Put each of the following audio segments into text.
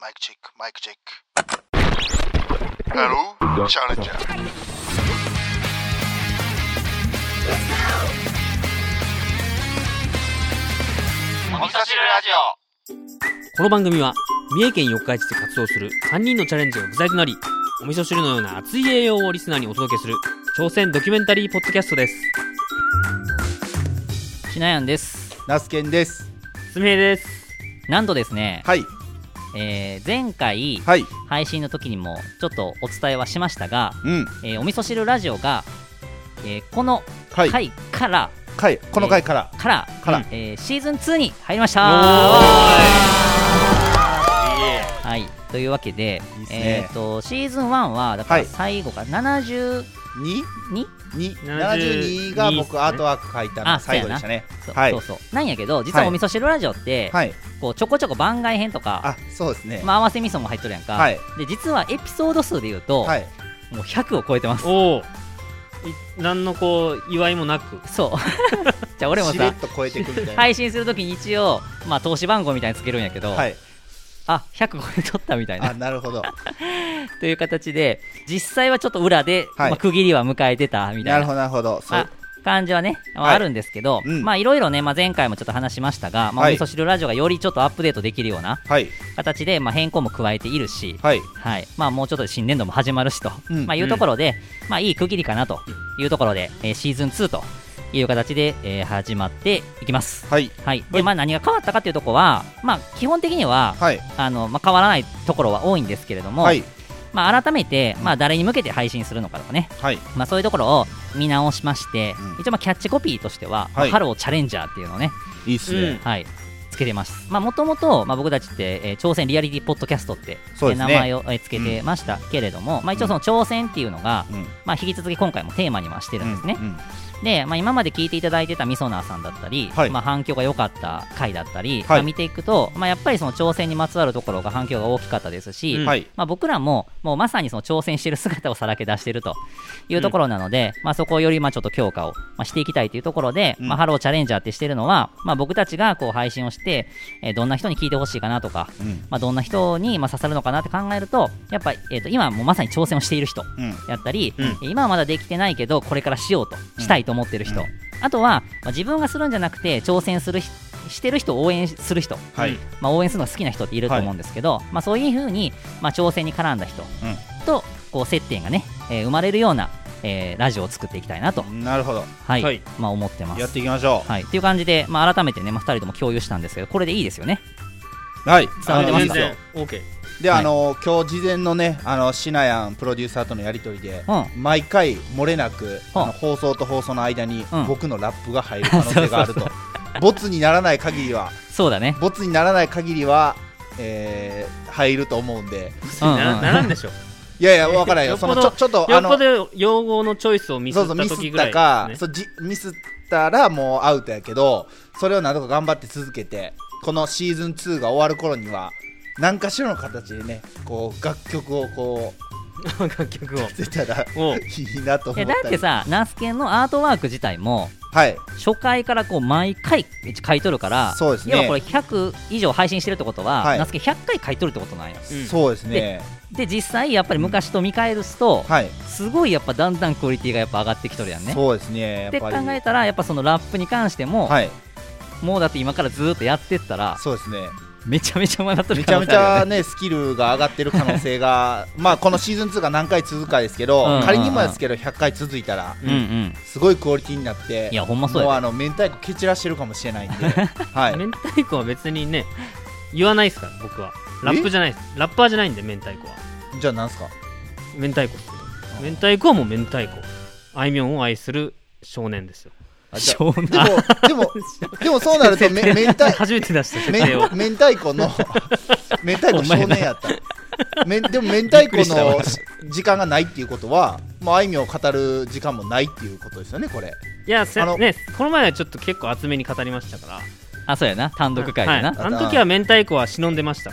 マイクチェックマイクチェック。ハローチャレンジャー。 お味噌汁ラジオ。この番組は三重県四日市で活動する3人のチャレンジが具材となり、お味噌汁のような熱い栄養をリスナーにお届けする挑戦ドキュメンタリーポッドキャストです。 しなやんです。 ナスケンです。 すみへいです。 なんとですね、 はい、 前回、 はい、 配信の時にもちょっとお伝えはしましたが、 うんお味噌汁ラジオが、このはい回から、 この回から、 シーズン2に入りました。はい、というわけで、 いいですね。 シーズン1はだからはい最後が72、 72が僕アートワーク書いたの最後でしたね。はい、 そうなんやけど、実はお味噌汁ラジオって、 はい、 こうちょこちょこ番外編とか、 あ、そうですね、 合わせ味噌も入っとるやんか、 はい、 で実はエピソード数でいうと、 はい、 もう100を超えてます。 おお、何のこう祝いもなく、 そうじゃあ俺もさしれっと超えてくみたいな配信するときに一応、投資番号みたいにつけるんやけど、 はい、 あ、100超えとったみたいな。 あ、なるほどという形で実際はちょっと裏で、 はい区切りは迎えてたみたいな。 なるほどなるほど、そう感じはね、 はいあるんですけど、いろいろね、前回もちょっと話しましたが、おはい味噌汁ラジオがよりちょっとアップデートできるようなはい、 形で、変更も加えているし、 はい、 もうちょっとで新年度も始まるしと、いうところで、いい区切りかなというところで、シーズン2という形で、始まっていきます。 はい、 で、何が変わったかというところは、基本的には、 はい、 変わらないところは多いんですけれども、 はい、 改めて、誰に向けて配信するのかとかね、 はい、 そういうところを見直しまして、一応キャッチコピーとしては、 はい、 ハローチャレンジャーっていうのをね、 いいっすね、 つけてます。もともと僕たちって、挑戦リアリティポッドキャストって、 そうですね、 名前をつけてましたけれども、一応その挑戦っていうのが、引き続き今回もテーマにはしてるんですね。で、今まで聞いていただいてたみそなーさんだったり、反響が良かった回だったり、見ていくと、やっぱりその挑戦にまつわるところが反響が大きかったですし、僕らももうまさにその挑戦している姿をさらけ出しているというところなので、そこをよりちょっと強化をしていきたいというところで、ハローチャレンジャーってしてるのは、僕たちがこう配信をして、どんな人に聞いてほしいかなとか、どんな人に刺さるのかなって考えると、やっぱり、今もうまさに挑戦をしている人やったり、今はまだできてないけどこれからしようとしたいと思ってる人、あとは、自分がするんじゃなくて挑戦するしてる人を応援する人、応援するのが好きな人っていると思うんですけど、そういう風に、挑戦に絡んだ人とこう接点がね、生まれるような、ラジオを作っていきたいなと、 なるほど、 思ってます。 やっていきましょう。 っていう感じで、改めてね、2人とも共有したんですけど、これでいいですよね。 はい、 伝わってますか。 全然 OK で、今日事前のね、シナヤンプロデューサーとのやり取りで、毎回漏れなく、放送と放送の間に、僕のラップが入る可能性があるとボツにならない限りは、 そうだね、 ボツにならない限りは、入ると思うんで、 ならんでしょいやいや、分からないよ、そのちょっとよっぽど用語のチョイスをミスった時ぐらいですね。 ミスったらもうアウトやけど、それをなんとか頑張って続けて、このシーズン2が終わる頃には何かしらの形でね、こう楽曲をこう楽曲を出たらいいなと思ったり。 だってさ、ナスケンのアートワーク自体も、初回からこう毎回書いとるから、 そうですね、 要はこれ100以上配信してるってことは、ナスケン100回書いとるってことなんや。 そうですね。 で実際やっぱり昔と見返すと、すごいやっぱだんだんクオリティがやっぱ上がってきとるやんね。 そうですね。 って考えたら、やっぱそのラップに関しても、もうだって今からずっとやってったら、 そうですね、 めちゃめちゃ学ってる可能性あるよね。めちゃめちゃね、スキルが上がってる可能性がこのシーズン2が何回続くかですけど、仮にもですけど100回続いたら、すごいクオリティになって、 いやほんまそうや、 もう明太子蹴散らしてるかもしれないんで明太子は別にね言わないですから、僕はラップじゃないです。ラッパーじゃないんで、明太子は。 じゃあなんすか明太子って。明太子はもう明太子、あいみょんを愛する少年ですよ。 少年でもそうなると明太初めて出した明太子の明太子少年やったでも明太子の時間がないっていうことは、もうあいみょんを語る時間もないっていうことですよね、これ。 いやこの前はちょっと結構厚めに語りましたから。 あ、そうやな、単独会でな、 あの時は明太子は忍んでました。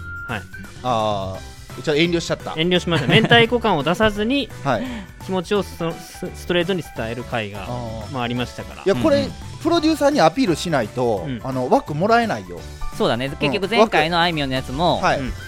ちょっと遠慮しちゃった。 遠慮しました。明太子感を出さずに、気持ちをストレートに伝える回がありましたから。 いや、これ、プロデューサーにアピールしないと、枠もらえないよ。 そうだね、結局前回のあいみょんのやつも、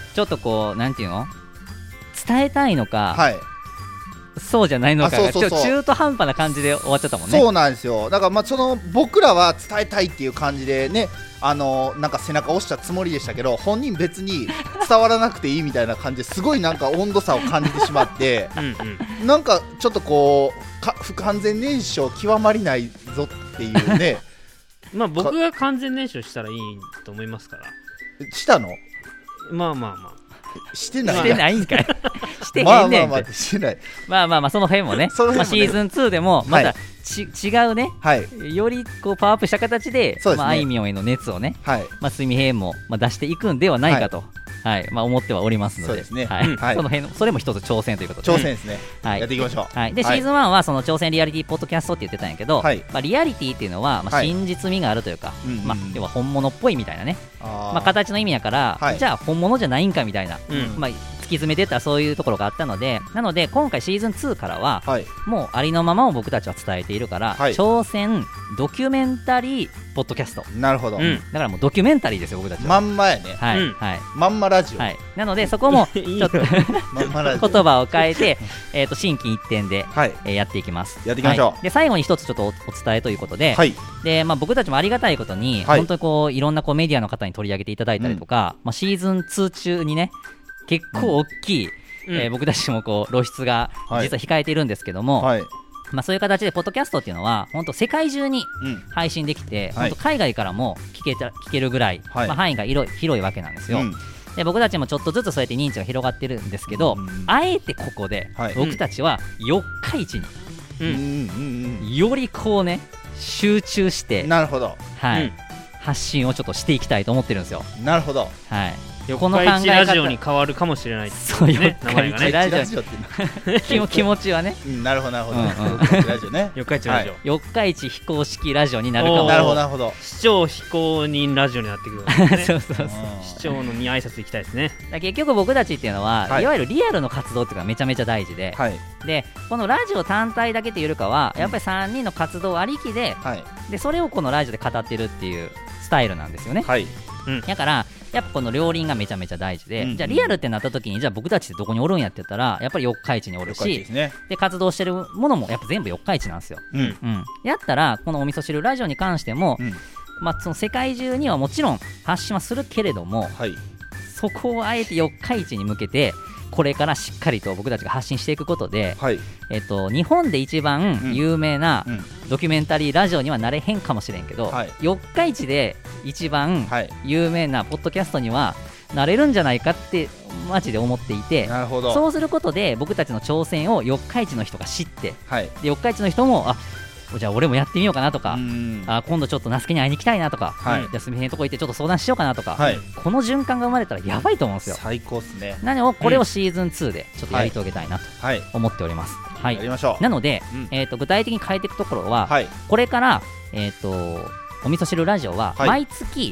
ちょっとこうなんていうの伝えたいのか、 はい、 そうじゃないのかがそう中途半端な感じで終わっちゃったもんね。 そうなんですよ。だからまあその僕らは伝えたいっていう感じでね、なんか背中押したつもりでしたけど、本人別に伝わらなくていいみたいな感じですごいなんか温度差を感じてしまってなんかちょっとこう不完全燃焼極まりないぞっていうねまあ僕が完全燃焼したらいいと思いますから。 したの？ まあまあまあしてないしてないんかいしてへんねんってしてない。 まあその辺もねシーズン2でもまた違うね、よりこうパワーアップした形であいみょんへの熱をね、すみへんも出していくんではないかと、思ってはおりますので、その辺それも一つ挑戦ということで、 挑戦ですね、やっていきましょう。 でシーズン1はその挑戦リアリティポッドキャストって言ってたんやけど、リアリティっていうのは真実味があるというか、要は本物っぽいみたいなね、形の意味やから、じゃあ本物じゃないんかみたいな、突き詰めてったそういうところがあったので、なので今回シーズン2からは、もうありのままを僕たちは伝えているから、挑戦ドキュメンタリーポッドキャスト。 なるほど、 だからもうドキュメンタリーですよ僕たちは。 まんまやね。まんまラジオ、 なのでそこもちょっと言葉を変えて心機一転でやっていきます。 やっていきましょう。 で最後に一つちょっとお伝えということで、で僕たちもありがたいことに本当にこういろんなこうメディアの方に取り上げていただいたりとか、シーズン2中にね結構大きい僕たちもこう露出が実は控えているんですけども、そういう形でポッドキャストっていうのは本当世界中に配信できて、本当海外からも聞けるぐらい、範囲が広いわけなんですよ。で僕たちもちょっとずつそうやって認知が広がってるんですけど、あえてここで僕たちは四日市によりこうね集中して、 なるほど、 発信をちょっとしていきたいと思ってるんですよ。 なるほど、 この四日市ラジオに変わるかもしれないですね。 四日市ラジオって気持ちはね。 なるほどなるほど。ラジオね。 四日市ラジオ。 四日市非公式ラジオになるかも。 なるほどなるほど。 市長非公認ラジオになってくるわけですね。そう市長のに挨拶行きたいですね。 結局僕たちっていうのは、いわゆるリアルの活動っていうのがめちゃめちゃ大事で、でこのラジオ単体だけというよりかはやっぱり3人の活動ありきで、でそれをこのラジオで語ってるっていうスタイルなんですよね。だからやっぱこの両輪がめちゃめちゃ大事で、じゃあリアルってなった時にじゃあ僕たちってどこにおるんやって言ったらやっぱり四日市におるし、で活動してるものもやっぱ全部四日市なんですよ。やったらこのお味噌汁ラジオに関しても、その世界中にはもちろん発信はするけれども、そこをあえて四日市に向けてこれからしっかりと僕たちが発信していくことで、日本で一番有名なドキュメンタリーラジオにはなれへんかもしれんけど、四日市で一番有名なポッドキャストにはなれるんじゃないかってマジで思っていて、そうすることで僕たちの挑戦を四日市の人が知って、で四日市の人もじゃあ俺もやってみようかなとか、今度ちょっと那須家に会いに行きたいなとか、じゃあすみへんとこ行ってちょっと相談しようかなとか、この循環が生まれたらやばいと思うんですよ。 最高っすね。 なのでこれをシーズン2でちょっとやり遂げたいなと思っております。 やりましょう。 なので、具体的に変えていくところは、これからお味噌汁ラジオは毎月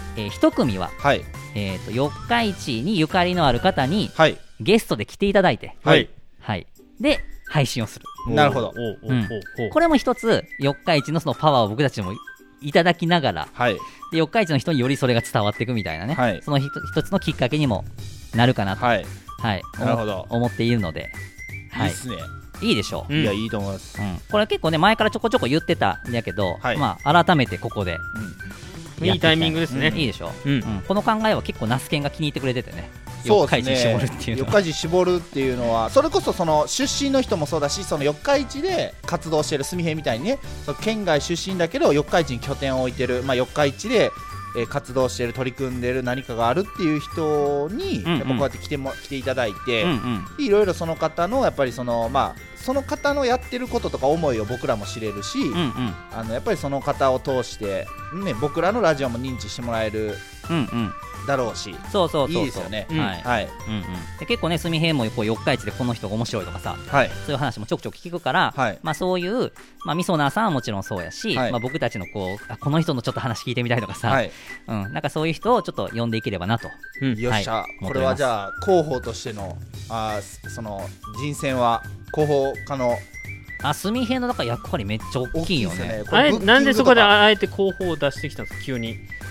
1組は四日市にゆかりのある方にゲストで来ていただいて、で配信をする。 なるほど。 これも一つ四日市のそのパワーを僕たちもいただきながら、で四日市の人によりそれが伝わっていくみたいなね、その一つのきっかけにもなるかなと、思っているので、 いいっすね。 いいでしょう。 いやいいと思います。 これ結構ね前からちょこちょこ言ってたんだけど、改めてここでいいタイミングですね。 いいでしょ。この考えは結構ナスケンが気に入ってくれててね。四日市絞るっていうのは、 四日市絞るっていうのはそれこそその出身の人もそうだし、その四日市で活動してるすみへんみたいにね、その県外出身だけど四日市に拠点を置いてる、四日市で活動してる取り組んでる何かがあるっていう人にやっぱこうやって来ていただいて、いろいろその方のやっぱりそのその方のやってることとか思いを僕らも知れるし、やっぱりその方を通してね僕らのラジオも認知してもらえるだろうし、 そういいですよね。 で結構ねすみへんもこう四日市でこの人が面白いとかさ、そういう話もちょくちょく聞くから、そういうみそなさんはもちろんそうやし、僕たちのこの人のちょっと話聞いてみたいとかさ、なんかそういう人をちょっと呼んでいければなと。 よっしゃ、これはじゃあ広報としてのその人選は広報課のすみへんのだから役割めっちゃ大きいよね。 なんでそこであえて広報を出してきたんですか急に。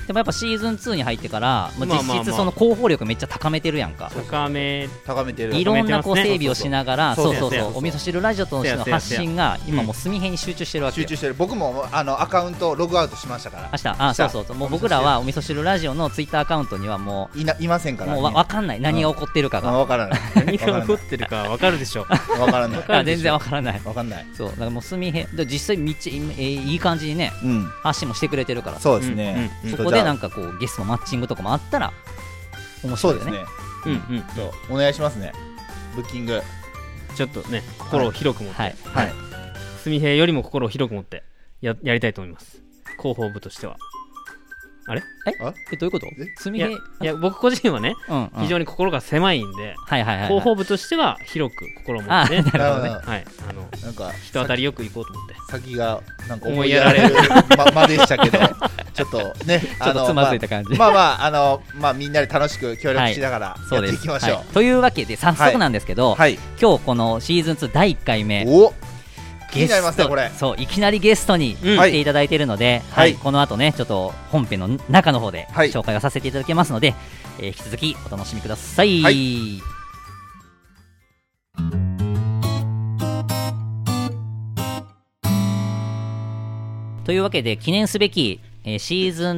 でもやっぱシーズン2に入ってから、実質その広報力めっちゃ高めてるやんか。 高めてる。 いろんなこう整備をしながら、そうお味噌汁ラジオとしての発信が今もうすみへに集中してるわけよ。 集中してる。僕もアカウントログアウトしましたから。 そうもう僕らはお味噌汁ラジオのツイッターアカウントにはもういませんから。 もう分かんない、何が起こってるかが分からない。 何が起こってるか分かるでしょ。 分からない。 全然分からない。 分かんない。 そうだからもうすみへん、実際めっちゃいい感じにね、発信もしてくれてるから。 そうですね。 そこでなんかこうゲストのマッチングとかもあったら面白いよね。 お願いしますね。ブッキングちょっとね、心を広く持ってすみへいよりも心を広く持ってやりたいと思います。広報部としては。あれどういうこと？すみへい、 いや僕個人はね、非常に心が狭いんで、広報部としては広く心を持ってね、なんか人当たりよく行こうと思って。 先がなんか思いやられるまでしたけど、ちょっとね、 ちょっとつまずいた感じ。 みんなで楽しく協力しながらやっていきましょう。 というわけで早速なんですけど、今日このシーズン2第1回目。 気になりますねこれ。 そういきなりゲストに来ていただいているので、この後ねちょっと本編の中の方で紹介をさせていただきますので、引き続きお楽しみください。というわけで記念すべき、シーズン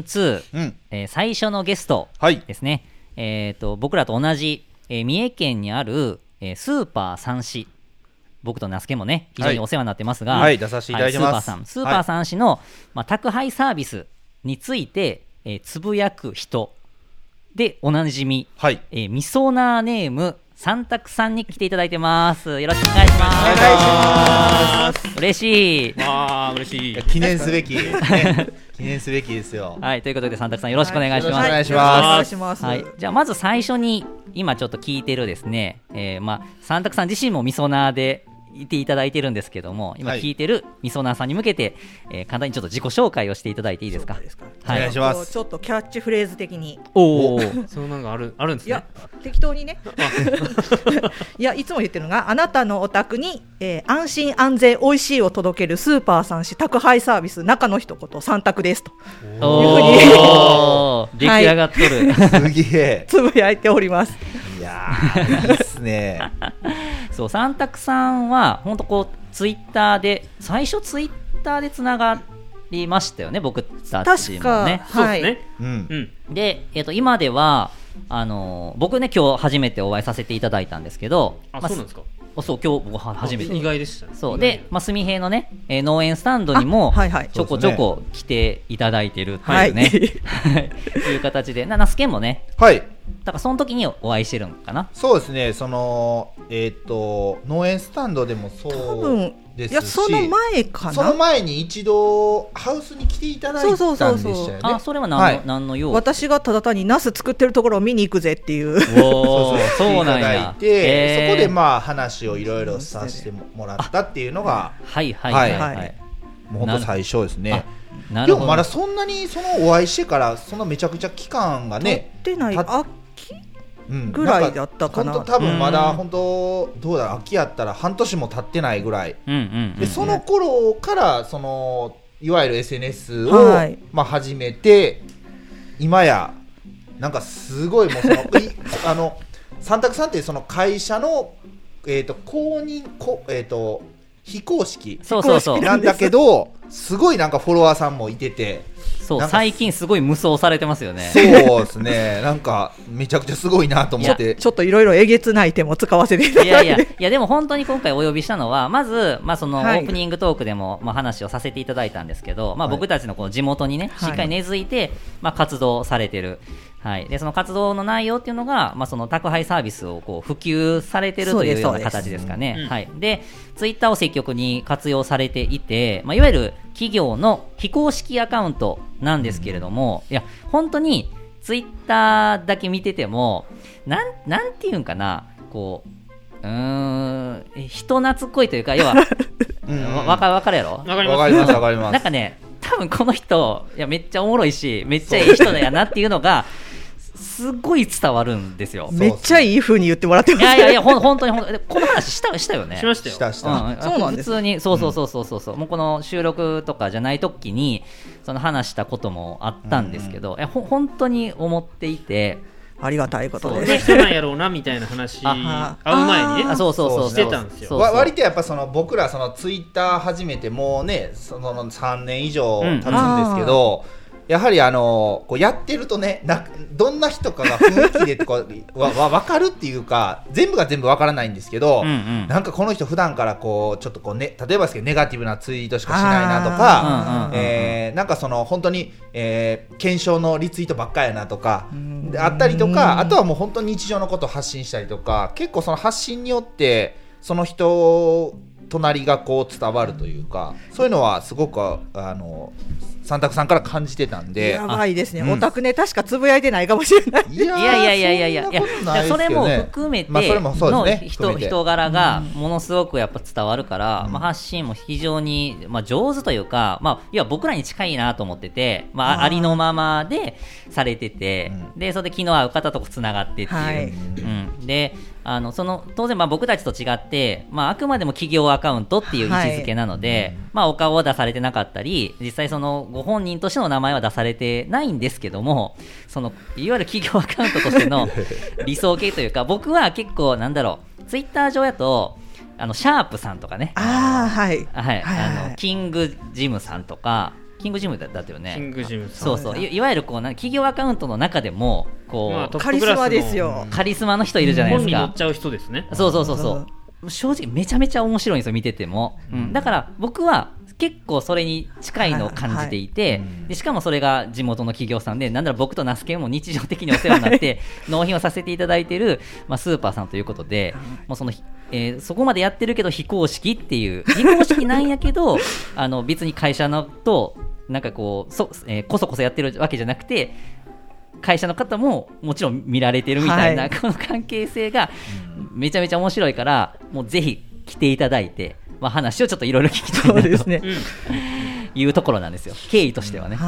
2、最初のゲストですね。僕らと同じ、三重県にある、スーパー三市、僕と那須家もね非常にお世話になってますが、 出させていただいてます。 スーパーさん氏の、宅配サービスについて、つぶやく人でおなじみ、みそなーネーム三択さんに来ていただいてます。よろしくお願いします。 お願いします。 嬉しい。 嬉しい。 記念すべき、記念すべきですよ。 ということで三択さんよろしくお願いします。 お願いします。 じゃあまず最初に今ちょっと聞いてるですね、三択さん自身もみそなーでいていただいてるんですけども、今聞いてるみそなーさんに向けて、簡単にちょっと自己紹介をしていただいていいですか？ お願いします。 ちょっとキャッチフレーズ的に。 そうなんかあるんですね。 いや適当にね。いやいつも言ってるのが、あなたのお宅に、安心安全おいしいを届けるスーパーさん市宅配サービス中の一言三択ですというふうに出来上がっとる。 すげえ。 つぶやいております。 いやーいいっすね。 そう三択さんは本当こうツイッターで最初ツイッターでつながりましたよね、僕たちもね。 そうですね。 で、今では僕ね今日初めてお会いさせていただいたんですけど、 そうなんですか。 そう今日僕初めて。 意外でしたね。 そうで、すみへいのね、農園スタンドにもちょこちょこ来ていただいてるっていうね、という形で那須家もね、だからその時にお会いしてるのかな。 そうですね。その農園スタンドでもそうですし、 いやその前かな。 その前に一度ハウスに来ていただいたんでしたよね。 それは何の用？ 私がただ単にナス作ってるところを見に行くぜっていう。 そうなんや。 そこで話をいろいろさせてもらったっていうのが、もう本当最初ですね。でもまだそんなにそのお会いしてからそのめちゃくちゃ期間がね経ってない。秋ぐらいだったかな。 多分まだ本当どうだろう、秋やったら半年も経ってないぐらいで、その頃からそのいわゆる SNS を始めて、今やなんかすごいもうその三択さんってその会社の公認非公式なんだけど、すごいなんかフォロワーさんもいてて、 最近すごい無双されてますよね。 そうですね。なんかめちゃくちゃすごいなと思って、 ちょっといろいろえげつない手も使わせていただいて。 いやでも本当に今回お呼びしたのは、まずそのオープニングトークでも話をさせていただいたんですけど、僕たちのこの地元にねしっかり根付いて活動されてる。でその活動の内容っていうのが、その宅配サービスをこう普及されてるというような形ですかね。でツイッターを積極に活用されていて、いわゆる企業の非公式アカウントなんですけれども、いや本当にツイッターだけ見ててもなんていうんかな、こう人懐っこいというか、要はわかるやろ。 わかります。 なんかね、多分この人いやめっちゃおもろいしめっちゃいい人だやなっていうのがすごい伝わるんですよ。 めっちゃいい風に言ってもらってます。 いや本当にこの話したよね。 しましたよ。 そうなんです。 普通にそうもうこの収録とかじゃない時にその話したこともあったんですけど、本当に思っていて。 ありがたいことで人なんやろうなみたいな話会う前にねしてたんですよ。 割とやっぱその僕らそのツイッター始めてもうねその3年以上経つんですけど、やはりこうやってるとねどんな人かが雰囲気でとか分かるっていうか全部が全部分からないんですけど、なんかこの人普段からこうちょっとこう、ね、例えばですけどネガティブなツイートしかしないなとか、なんかその本当に、検証のリツイートばっかやなとかあったりとか、あとはもう本当に日常のことを発信したりとか、結構その発信によってその人隣がこう伝わるというか、そういうのはすごく三択さんから感じてたんで。 やばいですね、オタクね確かつぶやいてないかもしれない。 いやそれも含めての人柄がものすごくやっぱ伝わるから、発信も非常に上手というか、いや僕らに近いなと思ってて、ありのままでされてて、でそれで気の合う方とつながってっていう、でその当然僕たちと違って、あくまでも企業アカウントっていう位置づけなので、お顔は出されてなかったり、実際そのご本人としての名前は出されてないんですけども、そのいわゆる企業アカウントとしての理想形というか、僕は結構ツイッター上やとシャープさんとかね、キングジムさんとか。キングジムだったよね。 キングジムさん。 そういわゆるこう企業アカウントの中でもこう、 カリスマですよ。 カリスマの人いるじゃないですか。 本に乗っちゃう人ですね。 そう正直めちゃめちゃ面白いんですよ、見てても。だから僕は結構それに近いのを感じていて、でしかもそれが地元の企業さんで、なんだろう僕とナスケも日常的にお世話になって納品をさせていただいている、スーパーさんということで、もうそこまでやってるけど非公式っていう非公式なんやけど別に会社のとなんかこそやってるわけじゃなくて、会社の方ももちろん見られてるみたいな、この関係性がめちゃめちゃ面白いから、もうぜひ来ていただいて、話をちょっといろいろ聞きたいなというところなんですよ、経緯としてはね。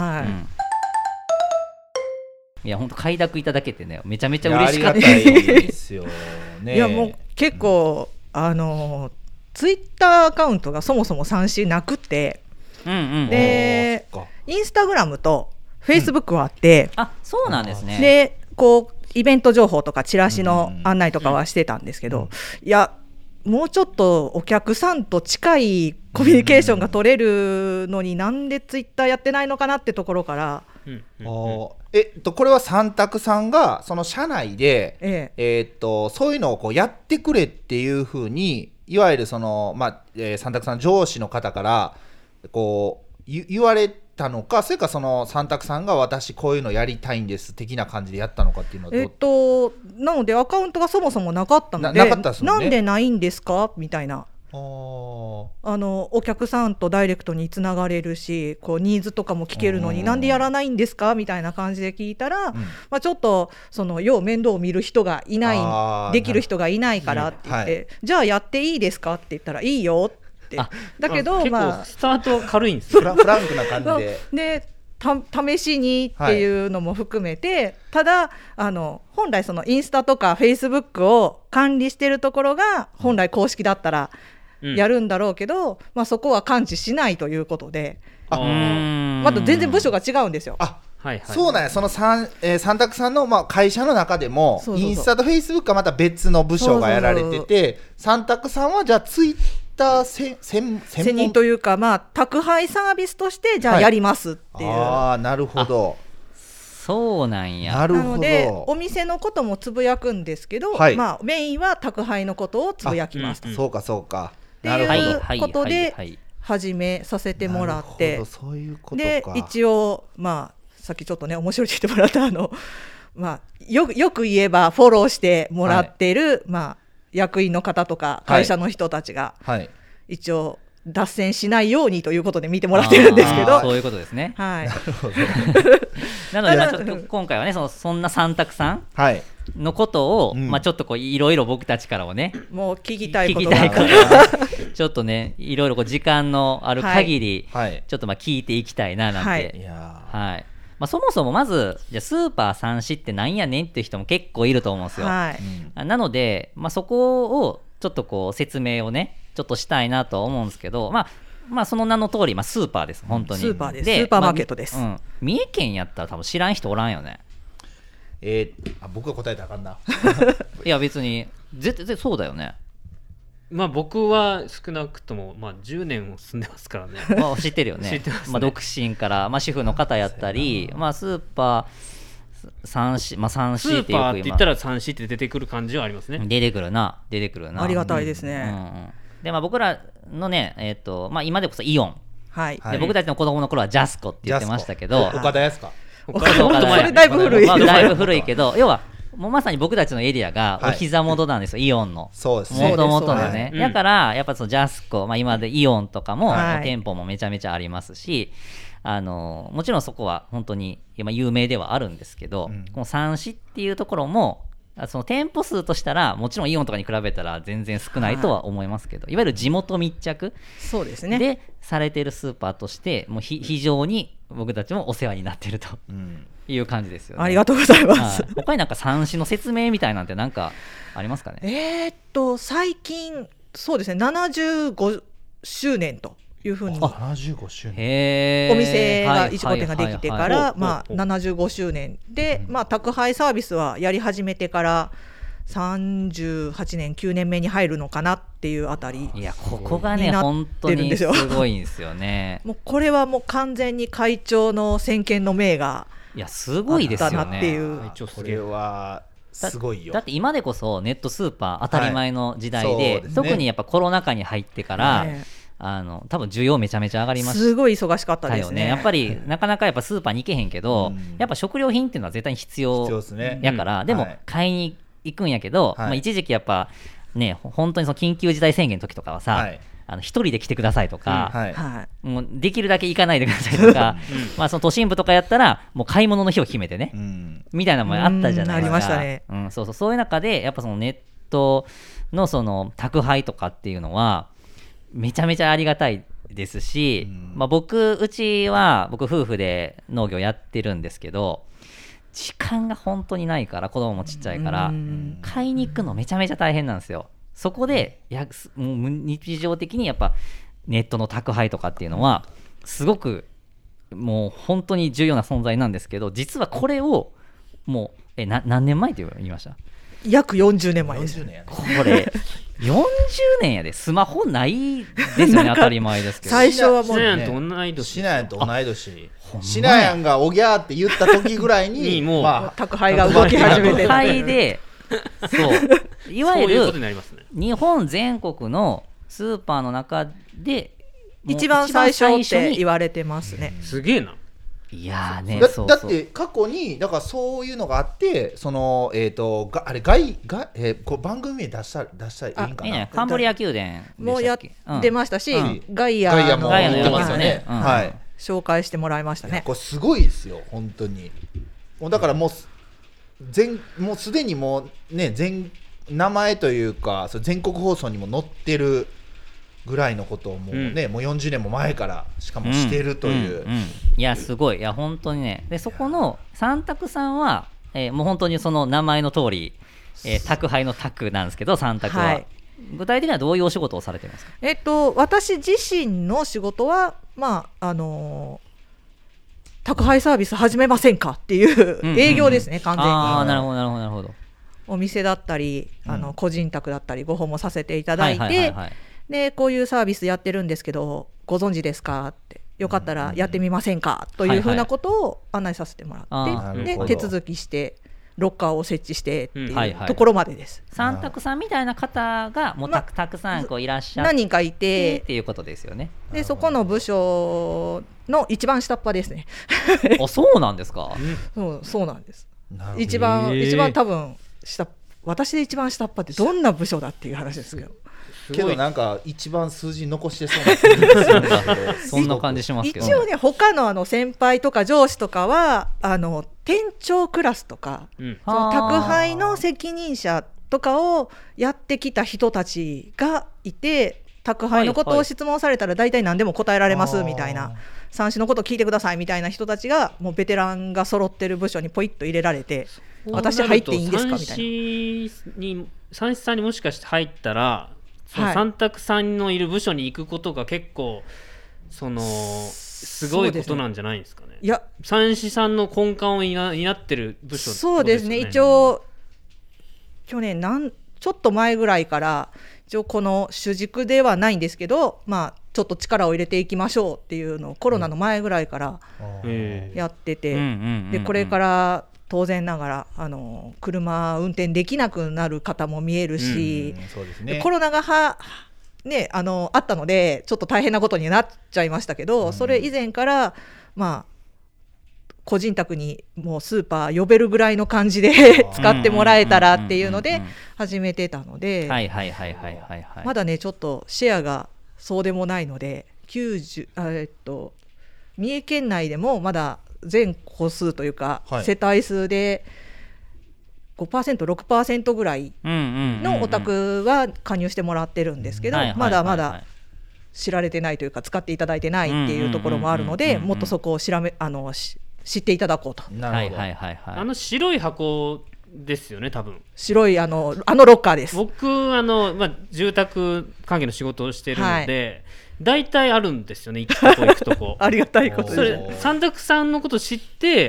いや本当快諾いただけてね、めちゃめちゃ嬉しかったですよね。 いやもう結構ツイッターアカウントがそもそも参照なくて、でインスタグラムとフェイスブックはあって、 そうなんですね。 でこうイベント情報とかチラシの案内とかはしてたんですけど、いやもうちょっとお客さんと近いコミュニケーションが取れるのになんでツイッターやってないのかなってところから、 これは三択さんがその社内で、そういうのをこうやってくれっていうふうに、いわゆるその、三択さん上司の方からこう言われたのか、それかその三択さんが私こういうのやりたいんです的な感じでやったのかっていうのはなのでアカウントがそもそもなかったので、なんでないんですかみたいな、お客さんとダイレクトにつながれるし、こうニーズとかも聞けるのになんでやらないんですかみたいな感じで聞いたら、ちょっと要面倒を見る人がいない、できる人がいないからって言って、じゃあやっていいですかって言ったらいいよって。だけど結構スタート軽いんですよ。 フランクな感じで試しにっていうのも含めて、ただ本来そのインスタとかフェイスブックを管理してるところが本来公式だったらやるんだろうけど、そこは感知しないということで、また全然部署が違うんですよ。 そうなんや。その三択さんの会社の中でもインスタとフェイスブックはまた別の部署がやられてて、三択さんはじゃあツイッター専門というか、宅配サービスとしてじゃあやりますっていう、 なるほど、 そうなんや。 なのでお店のこともつぶやくんですけど、メインは宅配のことをつぶやきますと、 そうかそうかっていうことで始めさせてもらって、で一応さっきちょっとね面白いって言ってもらったよく言えばフォローしてもらっている、役員の方とか会社の人たちが一応脱線しないようにということで見てもらってるんですけど、 そういうことですね。なのでちょっと今回はねそんな三択さんのことをちょっといろいろ僕たちからもねもう聞きたいことちょっとねいろいろ時間のある限りちょっと聞いていきたいななんて、 そもそもまずじゃあスーパー三種ってなんやねんっていう人も結構いると思うんですよ、なので、そこをちょっとこう説明をねちょっとしたいなとは思うんですけど、その名の通り、スーパーです本当に。 スーパーです。スーパーマーケットです。 三重県やったら多分知らん人おらんよね。 僕が答えたらあかんな。 いや別に絶対そうだよね。 僕は少なくとも10年も住んでますからね。 知ってるよね。知ってますね。独身から主婦の方やったり、スーパー三種、三種っていうか、 スーパーって言ったら三種って出てくる感じはありますね。 出てくるな。 ありがたいですね。 で僕らのね今でこそイオン。で僕たちの子供の頃はジャスコって言ってましたけど。 岡田康か。 それだいぶ古い。 だいぶ古いけど、要はもうまさに僕たちのエリアがお膝元なんですよ、イオンの。 そうですね。 もともとのね。だからやっぱそのジャスコ、今でイオンとかも店舗もめちゃめちゃありますし、もちろんそこは本当に今有名ではあるんですけど、この三種っていうところもその店舗数としたらもちろんイオンとかに比べたら全然少ないとは思いますけど、いわゆる地元密着そうですねでされているスーパーとしてもう非常に僕たちもお世話になっているという感じですよね。 ありがとうございます。 他になんか三種の説明みたいなんてなんかありますかね。 最近そうですね、75周年というふうに 75周年お店が1号店ができてから75周年で、宅配サービスはやり始めてから38年9年目に入るのかなっていうあたり。 いやここがね本当にすごいんですよね。 もうこれはもう完全に会長の先見の明がすごいですよね。 あったなっていう。 これはすごいよ。 だって今でこそネットスーパー当たり前の時代で、特にやっぱコロナ禍に入ってから、多分需要めちゃめちゃ上がりましたよね。 すごい忙しかったですね。 やっぱりなかなかやっぱスーパーに行けへんけど、やっぱ食料品っていうのは絶対に必要やから、でも買いに行くんやけど、一時期やっぱね本当にその緊急事態宣言の時とかはさ、一人で来てくださいとか、もうできるだけ行かないでくださいとか、その都心部とかやったらもう買い物の日を決めてね、みたいなのもあったじゃないですか。 ありましたね。 そういう中でやっぱそのネットのその宅配とかっていうのはめちゃめちゃありがたいですし、うちは僕夫婦で農業やってるんですけど、時間が本当にないから、子供もちっちゃいから買いに行くのめちゃめちゃ大変なんですよ。そこでもう日常的にやっぱネットの宅配とかっていうのはすごくもう本当に重要な存在なんですけど、実はこれをもう何年前って言いました？ 約40年前です。 これ40年やで、スマホないですよね。当たり前ですけど、 最初はもうシナヤンと同い年、 シナヤンと同い年、シナヤンがおぎゃーって言った時ぐらいにもう宅配が動き始めて、 宅配でそういわゆる日本全国のスーパーの中で一番最初って言われてますね。 すげえな。 いやね、 だって過去にだからそういうのがあって、そのあれこう番組名出したらいいんかな。 カンブリア宮殿もやってましたし、ガイアも言ってますよね。 紹介してもらいましたね。 これすごいですよ本当に。だからもうすでにもうね名前というか全国放送にも載ってるぐらいのことをもうね、もう40年も前からしかもしてるという、 いやすごい、いや本当にね。でそこの三宅さんは、もう本当にその名前の通り、宅配の宅なんですけど、三宅は、具体的にはどういうお仕事をされてますか？ 私自身の仕事は宅配サービス始めませんかっていう営業ですね、完全に。 なるほど。 お店だったり個人宅だったりご訪問させていただいて、でこういうサービスやってるんですけどご存知ですかって、よかったらやってみませんかというふうなことを案内させてもらって、で手続きしてロッカーを設置してっていうところまでです。 三宅さんみたいな方がもうたくさんこういらっしゃって何人かいてっていうことですよね。 でそこの部署の一番下っ端ですね。 そうなんですか？ そうなんです。一番多分私で一番下っ端ってどんな部署だっていう話ですけど、 けどなんか一番数字残してそうな感じですよね。 そんな感じしますけど、 一応ね他の先輩とか上司とかは店長クラスとか、その宅配の責任者とかをやってきた人たちがいて、 宅配のことを質問されたら大体何でも答えられますみたいな、三種のこと聞いてくださいみたいな人たちがもうベテランが揃ってる部署にポイッと入れられて、私入っていいんですかみたいな。 三種さんにもしかして入ったら、その三択さんのいる部署に行くことが結構すごいことなんじゃないですかね。 いや、 三種さんの根幹を担ってる部署、 そうですね。一応去年ちょっと前ぐらいから一応この主軸ではないんですけど、まあちょっと力を入れていきましょうっていうのをコロナの前ぐらいからやってて、でこれから当然ながら車運転できなくなる方も見えるし、 そうですね、 コロナがあったのでちょっと大変なことになっちゃいましたけど、それ以前からまあ個人宅にもうスーパー呼べるぐらいの感じで使ってもらえたらっていうので始めてたので、まだねちょっとシェアがそうでもないので、三重県内でもまだ全戸数というか、世帯数で 5%、6% ぐらいのお宅は加入してもらってるんですけど、まだまだ知られてないというか使っていただいてないっていうところもあるので、もっとそこを知っていいただこうと。 白い箱ですよね、多分。 白いロッカーです。 僕住宅関係の仕事をしてるので、大体あるんですよね、行くとこありがたいことです。 それ三択さんのこと知って、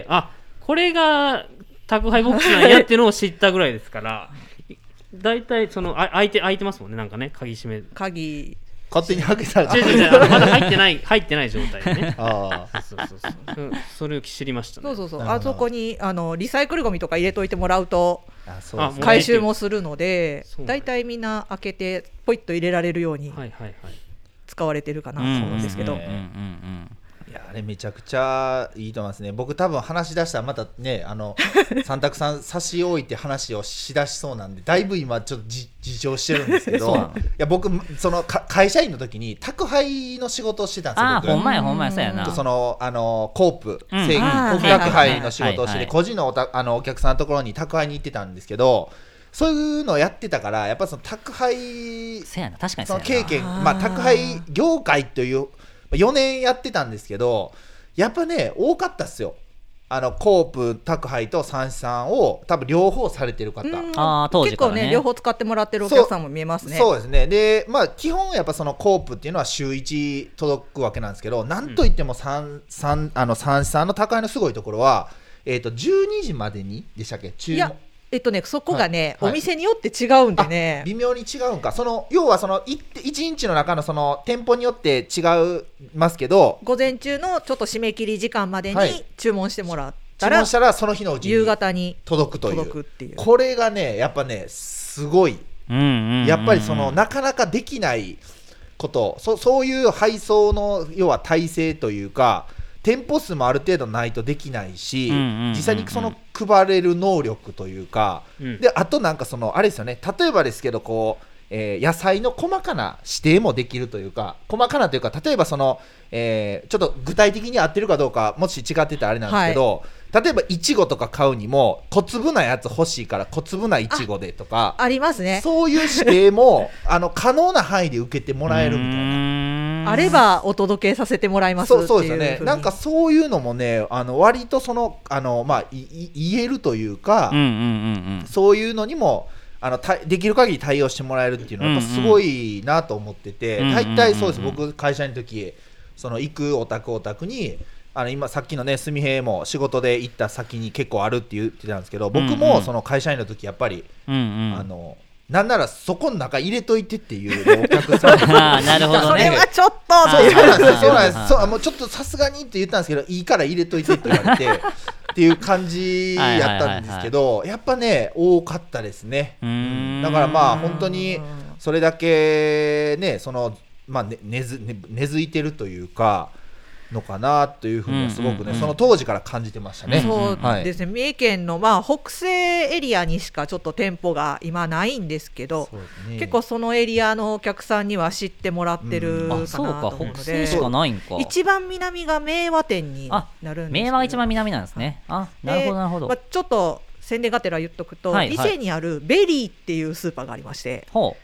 これが宅配ボックスなんやっていうのを知ったぐらいですから大体開いてますもんね、なんかね、鍵勝手に開けたらまだ入ってない状態でねそれを知りましたね。 そうあそこにリサイクルゴミとか入れといてもらうと回収もするので、だいたいみんな開けてポイッと入れられるように使われてるかなと思うんですけど、 いやあれめちゃくちゃいいと思いますね。僕多分話し出したらまたね三択さん差し置いて話をしだしそうなんで、だいぶ今ちょっと自重してるんですけどいや僕会社員の時に宅配の仕事をしてたんですよ。僕ほんまやそうやな。 コープ正規宅配の仕事をして、個人のお客さんのところに宅配に行ってたんですけど、そういうのをやってたから、やっぱ宅配その経験、宅配業界という4年やってたんですけど、やっぱね多かったっすよ。コープ宅配と三種さんを多分両方されてる方、 当時からね、 結構ね両方使ってもらってるお客さんも見えますね。 そうですね。で基本やっぱそのコープっていうのは週1届くわけなんですけど、なんといっても三種さんの宅配のすごいところは、12時までにでしたっけ、注文。 そこがね、お店によって違うんでね、 微妙に違うんか。要は1日の中の店舗によって違いますけど、 午前中のちょっと締め切り時間までに注文してもらったら、 注文したらその日のうちに夕方に届くというっていう。 これがねやっぱねすごい、やっぱりなかなかできないこと、そういう配送の要は体制というか、店舗数もある程度ないとできないし、実際に配れる能力というか、であとなんかあれですよね、例えばですけど野菜の細かな指定もできるというか、細かなというか、例えばちょっと具体的に合ってるかどうかもし違ってたらあれなんですけど、例えばいちごとか買うにも小粒なやつ欲しいから小粒ないちごでとかありますね。 そういう指定も可能な範囲で受けてもらえるみたいな、 あればお届けさせてもらいますっていう。 そうですよね。なんかそういうのもね割と言えるというか、そういうのにもできる限り対応してもらえるっていうのはやっぱすごいなと思ってて、大体そうです。僕会社の時行くお宅に今さっきのねすみへも仕事で行った先に結構あるって言ってたんですけど、僕も会社員の時やっぱりなんならそこの中入れといてっていう、ね、お客さんなるほどね。 それはちょっとそうなんですもうちょっとさすがにって言ったんですけど、いいから入れといてって言われてっていう感じやったんですけど、やっぱね多かったですね。だから本当にそれだけね根付いてるというかのかなというふうにはすごくね、その当時から感じてましたね。 そうですね、三重県の北西エリアにしかちょっと店舗が今ないんですけど、結構そのエリアのお客さんには知ってもらってるかなと思うので、 北西しかないんか。 一番南が明和店になるんです。 明和が一番南なんですね。なるほどなるほど。 ちょっと宣伝がてら言っとくと、伊勢にあるベリーっていうスーパーがありまして、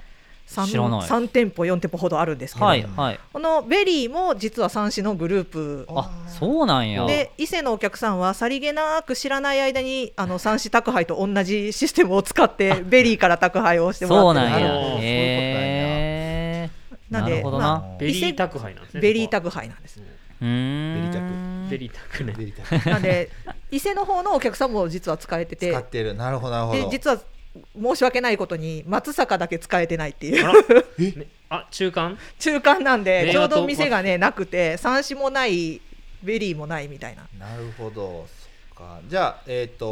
3店舗4店舗ほどあるんですけど、 はいはい、 このベリーも実は三種のグループ。 あ、そうなんや。 で伊勢のお客さんはさりげなく知らない間に三種宅配と同じシステムを使ってベリーから宅配をしてもらってる。 そうなんや。へー、 なんでなるほどな。 ベリー宅配なんですね。 ベリー宅配なんです。 ベリー宅ね。 なんで伊勢の方のお客さんも実は使えてて、 使ってる。なるほどなるほど。 で実は申し訳ないことに松阪だけ使えてないっていう中間なんでちょうど店がねなくて、三種もないベリーもないみたいな。 なるほど。そっか。じゃ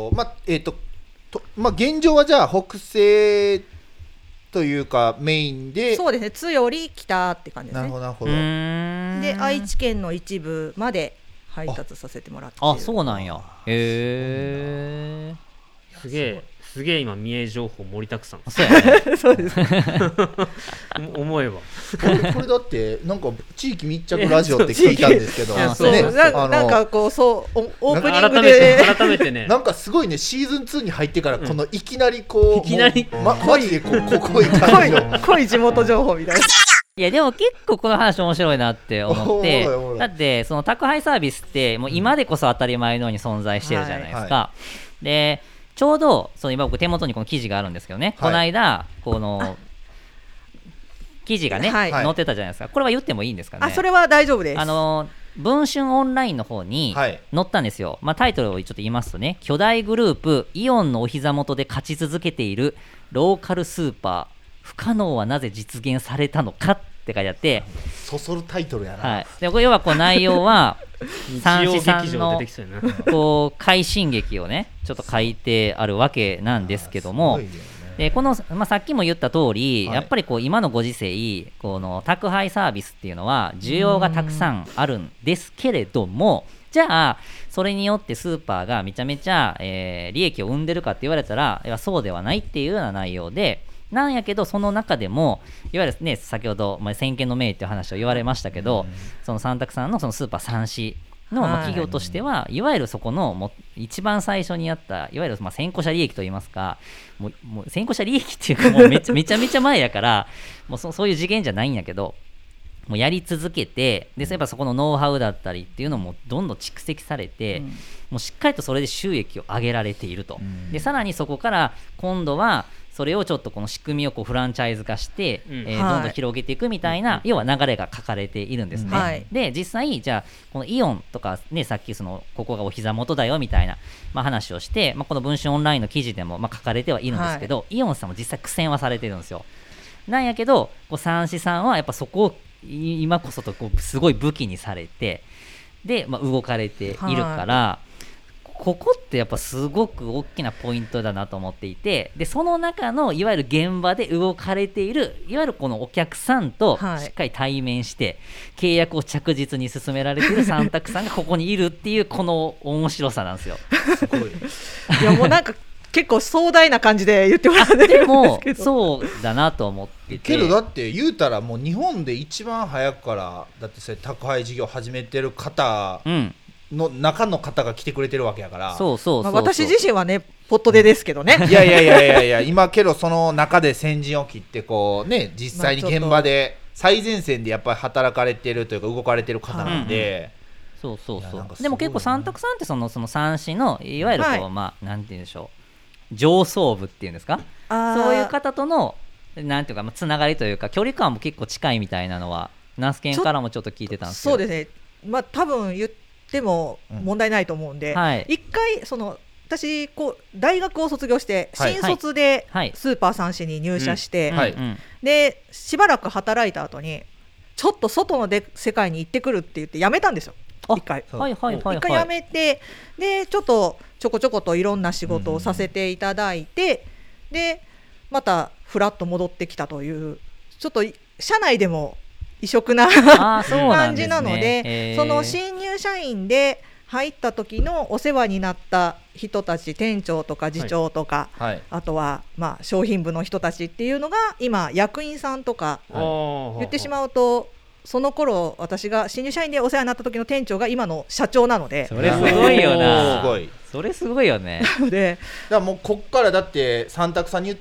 あ現状はじゃあ北西というかメインで。 そうですね、津より北って感じですね。 なるほどなるほど。 で愛知県の一部まで配達させてもらってる。 あ、そうなんや。へー、 すげえ今三重情報盛りだくさん。 そうやね。 そうです思えばこれだってなんか地域密着ラジオって聞いたんですけどなんかこうそうオープニングで改めてね、 なんかすごいね、シーズン2に入ってからこのいきなりこうマジで濃い感じの濃い地元情報みたいな。 いやでも結構この話面白いなって思って、だってその宅配サービスってもう今でこそ当たり前のように存在してるじゃないですか、はい、でちょうどその今僕手元にこの記事があるんですけどね、はい、この間この記事がね、はい、載ってたじゃないですか。これは言ってもいいんですかね。 あ、それは大丈夫です。 文春オンラインの方に載ったんですよ、タイトルをちょっと言いますとね、巨大グループイオンのお膝元で勝ち続けているローカルスーパー、不可能はなぜ実現されたのかって書いてあって、 そそるタイトルやな、 はい、でこれ要はこう内容は三枝さんのこう快進撃をねちょっと書いてあるわけなんですけども、でこの、さっきも言った通り、やっぱりこう今のご時世この宅配サービスっていうのは需要がたくさんあるんですけれども、じゃあそれによってスーパーがめちゃめちゃ、利益を生んでるかって言われたらそうではないっていうような内容で、なんやけどその中でもいわゆるね先ほど先見の明っていう話を言われましたけど、その三択さんのそのスーパー三枝の企業としてはいわゆるそこの一番最初にあったいわゆる先行者利益といいますか、もう先行者利益っていうかもうめちゃめちゃ前やからもうそういう次元じゃないんやけど、もうやり続けて、でやっぱそこのノウハウだったりっていうのもどんどん蓄積されて、もうしっかりとそれで収益を上げられていると、でさらにそこから今度はそれをちょっとこの仕組みをこうフランチャイズ化して、どんどん広げていくみたいな、要は流れが書かれているんですね、はい、で実際じゃあこのイオンとかね、さっきここがお膝元だよみたいな、話をして、この文春オンラインの記事でも書かれてはいるんですけど、イオンさんも実際苦戦はされてるんですよ。なんやけど三枝さんはやっぱそこを今こそとすごい武器にされてで、動かれているから、ここってやっぱすごく大きなポイントだなと思っていて、でその中のいわゆる現場で動かれているいわゆるこのお客さんとしっかり対面して契約を着実に進められている三択さんがここにいるっていうこの面白さなんですよ。すごいいやもうなんか結構壮大な感じで言ってもらってるんですけど、でもそうだなと思ってて、 けどだって言うたらもう日本で一番早くからだって宅配事業始めてる方の中の方が来てくれてるわけやから、 私自身はねポットでですけどね、 いや今けどその中で先陣を切ってこうね、実際に現場で最前線でやっぱり働かれてるというか動かれてる方なんで、 でも結構三択さんってその三枝のいわゆるこう、なんて言うんでしょう、上層部っていうんですか、そういう方とのなんていうか、つながりというか距離感も結構近いみたいなのはナスケンからもちょっと聞いてたんですけど、 そうですね、多分言っても問題ないと思うんで、一回私大学を卒業して新卒でスーパー三枝に入社して、でしばらく働いた後にちょっと外の世界に行ってくるって言って辞めたんですよ。一回辞めて、でちょこちょこといろんな仕事をさせていただいて、でまたフラッと戻ってきたというちょっと社内でも異色な感じなので、その新入社員で入った時のお世話になった人たち、店長とか次長とか、あとは商品部の人たちっていうのが今役員さんとか言ってしまうと、その頃私が新入社員でお世話になった時の店長が今の社長なので、 それすごいよな、それすごいよね。 でだからもうこっからだって三択さんに言ったら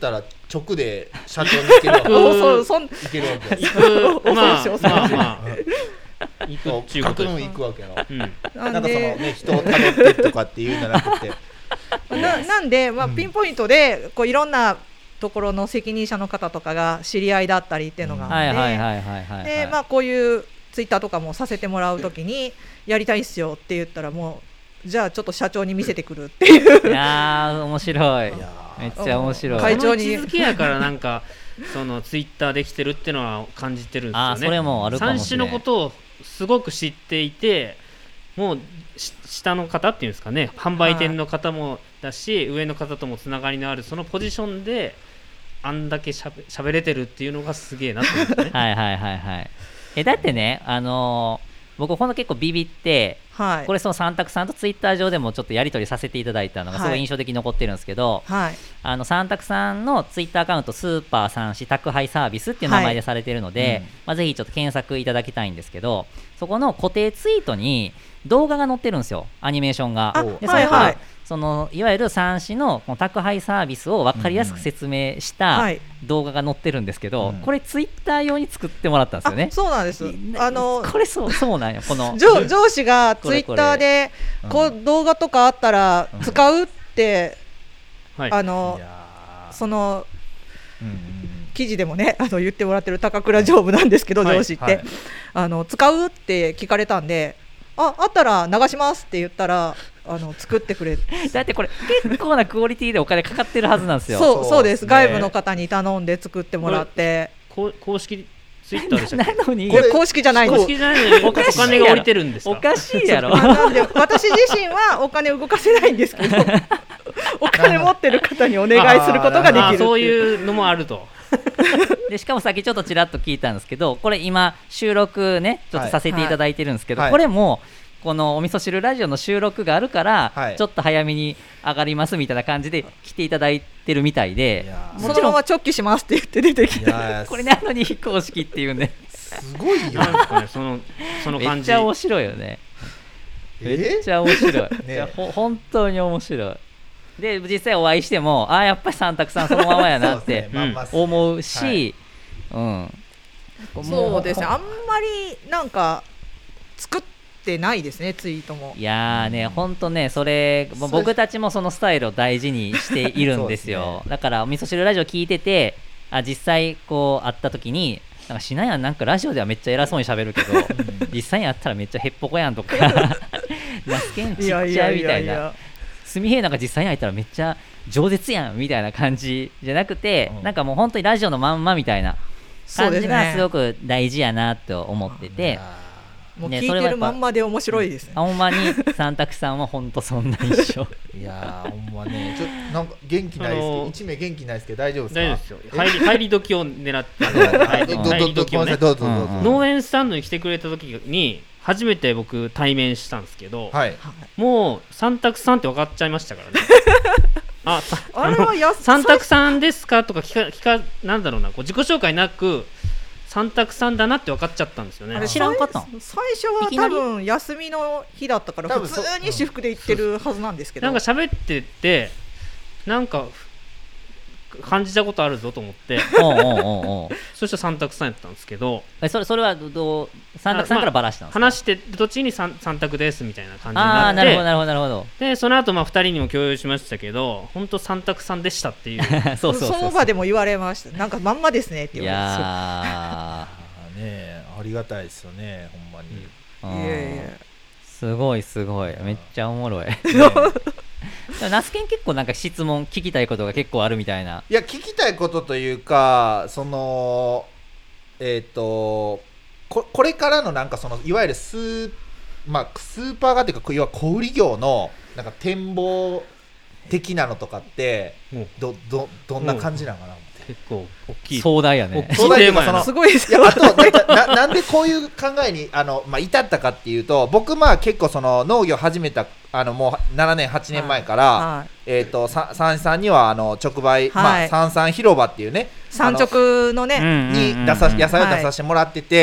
直で社長に行けるわけ行けるわけ行くまあ行くっていうことです。 行くわけやろ、 なんかそのね人を頼ってとかっていうんじゃなくてなんで、ピンポイントでこういろんなところの責任者の方とかが知り合いだったりっていうのがあって、でこういうツイッターとかもさせてもらうときにやりたいっすよって言ったら、もうじゃあちょっと社長に見せてくるっていう。 いやー面白い、めっちゃ面白い。 会長に位置づけやからなんかそのツイッターできてるっていうのは感じてるんですよね。 それもあるかもしれない。 三種のことをすごく知っていて、もう下の方っていうんですかね、販売店の方もだし、上の方ともつながりのあるそのポジションであんだけしゃべれてるっていうのがすげえなって思うんですね。 だってね、僕ほんと結構ビビって、これその三択さんとツイッター上でもちょっとやり取りさせていただいたのがすごい印象的に残ってるんですけど、三択さんのツイッターアカウントスーパー三種宅配サービスっていう名前でされてるので、ぜひちょっと検索いただきたいんですけど、そこの固定ツイートに動画が載ってるんですよ、アニメーションが。でそれがそのいわゆる三種のこの宅配サービスを分かりやすく説明した動画が載ってるんですけど、これツイッター用に作ってもらったんですよね。 そうなんです。 これそうなんや。この上司がツイッターでこう動画とかあったら使うって、その記事でもね言ってもらってる高倉常務なんですけど、上司って使うって聞かれたんで、あったら流しますって言ったら作ってくれ。 だってこれ結構なクオリティでお金かかってるはずなんですよ。 そうです、外部の方に頼んで作ってもらって。 公式ツイッターでしたっけ？ なのにこれ公式じゃないんです。 公式じゃないのにお金が降りてるんですか？ おかしいやろ。 なんで私自身はお金動かせないんですけどお金持ってる方にお願いすることができる。 そういうのもあると。 でしかもさっきちょっとちらっと聞いたんですけど、これ今収録ねちょっとさせていただいてるんですけど、これもこのお味噌汁ラジオの収録があるから、ちょっと早めに上がりますみたいな感じで来ていただいてるみたいで、 もちろんは直帰しますって言って出てきて、 これなのに非公式っていうね、 すごいよ。 なんですかね、その感じ。 めっちゃ面白いよね。めっちゃ面白い。本当に面白い。で実際お会いしてもやっぱり三択さんそのままやなって思うし、 そうですね、あんまりなんか作ってないですね、ツイートも。 いやね、ほんとね、それ僕たちもそのスタイルを大事にしているんですよ。だからお味噌汁ラジオ聞いてて、実際こう会った時になんかしなやん、なんかラジオではめっちゃ偉そうに喋るけど実際に会ったらめっちゃへっぽこやんとかナスケンちっちゃいみたいな、すみへいなんか実際に会ったらめっちゃ饒舌やんみたいな感じじゃなくて、なんかもう本当にラジオのまんまみたいな感じがすごく大事やなと思ってて、 もう聞いてるまんまで面白いですね。 ほんまに三択さんは本当そんな印象。 いやほんまね、ちょっとなんか元気ないですけど、一名元気ないですけど大丈夫ですか？ 大丈夫ですよ。入り時を狙って入り時をね。農園スタンドに来てくれた時に初めて僕対面したんですけど、もう三択さんって分かっちゃいましたからね。 あれは三択さんですかとかなんだろうな、こう自己紹介なく三択さんだなって分かっちゃったんですよね。 知らんかったん？ 最初は多分休みの日だったから普通に私服で行ってるはずなんですけど、 なんか喋っててなんか感じたことあるぞと思ってそしたら三択さんやったんですけど、 それは三択さんからバラしたんですか？ 話してる途中に三択ですみたいな感じになって、 なるほどなるほど。 でその後2人にも共有しましたけど、本当三択さんでしたっていうその場でも言われました。なんかまんまですねって言われました。 いやね、ありがたいですよね、ほんまに。 いやすごいめっちゃおもろい。ナスケン結構なんか質問聞きたいことが結構あるみたいな。 いや聞きたいことというか、そのこれからのなんかそのいわゆるスーパーがというか、いわゆる小売業のなんか展望的なのとかってどんな感じなのかな。 結構大きい壮大やね。 壮大というか、 すごいですよ。 あとなんでこういう考えに至ったかっていうと、僕結構その農業始めたもう7年8年前から、三さんには直売、三々広場っていうね、 産直のねに野菜を出させてもらってて、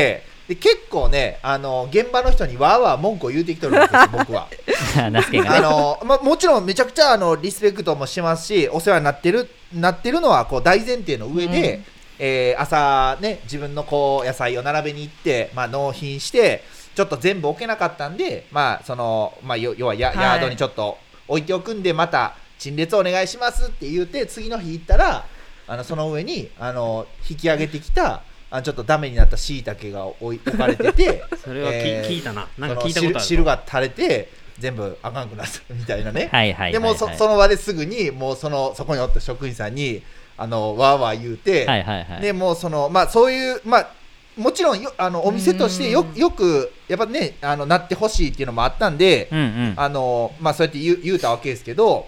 で結構ね現場の人にわーわー文句を言うてきとるんですよ僕はナスケがねもちろんめちゃくちゃリスペクトもしますしお世話になってるのはこう大前提の上で、朝ね自分のこう野菜を並べに行って、納品してちょっと全部置けなかったんで要はヤードにちょっと置いておくんでまた陳列お願いしますって言って次の日行ったらその上に引き上げてきたちょっとダメになった椎茸が置かれててそれは聞いたな、なんか聞いたことある。 汁が垂れて全部あかんくなったみたいなね。でもその場ですぐにもうそこにおった職員さんにわーわー言うて、でもうそういうもちろんお店としてよくやっぱねなってほしいっていうのもあったんで、そうやって言うたわけですけど、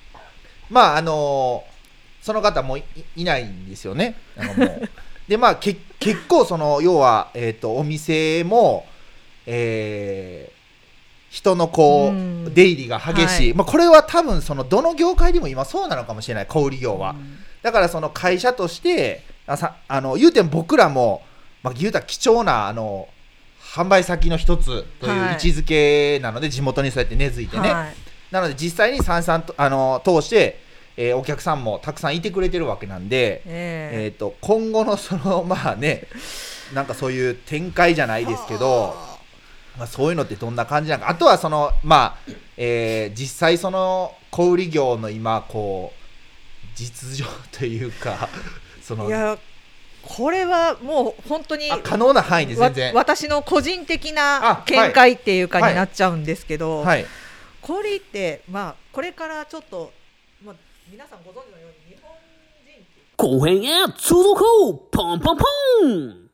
その方も いないんですよね。もうで結構要はお店も人のこう出入りが激しい、これは多分どの業界でも今そうなのかもしれない、小売業は。だから会社として言うても僕らも言うたら貴重な販売先の一つという位置づけなので、地元にそうやって根付いてね、なので実際にさんさんと通してお客さんもたくさんいてくれてるわけなんで、今後のなんかそういう展開じゃないですけど、そういうのってどんな感じなのか、あとは実際小売業の今こう実情というかいやこれはもう本当に可能な範囲で全然私の個人的な見解っていうかになっちゃうんですけど、小売ってこれからちょっと皆さんご存知のように日本人後編へ続こうポンポンポン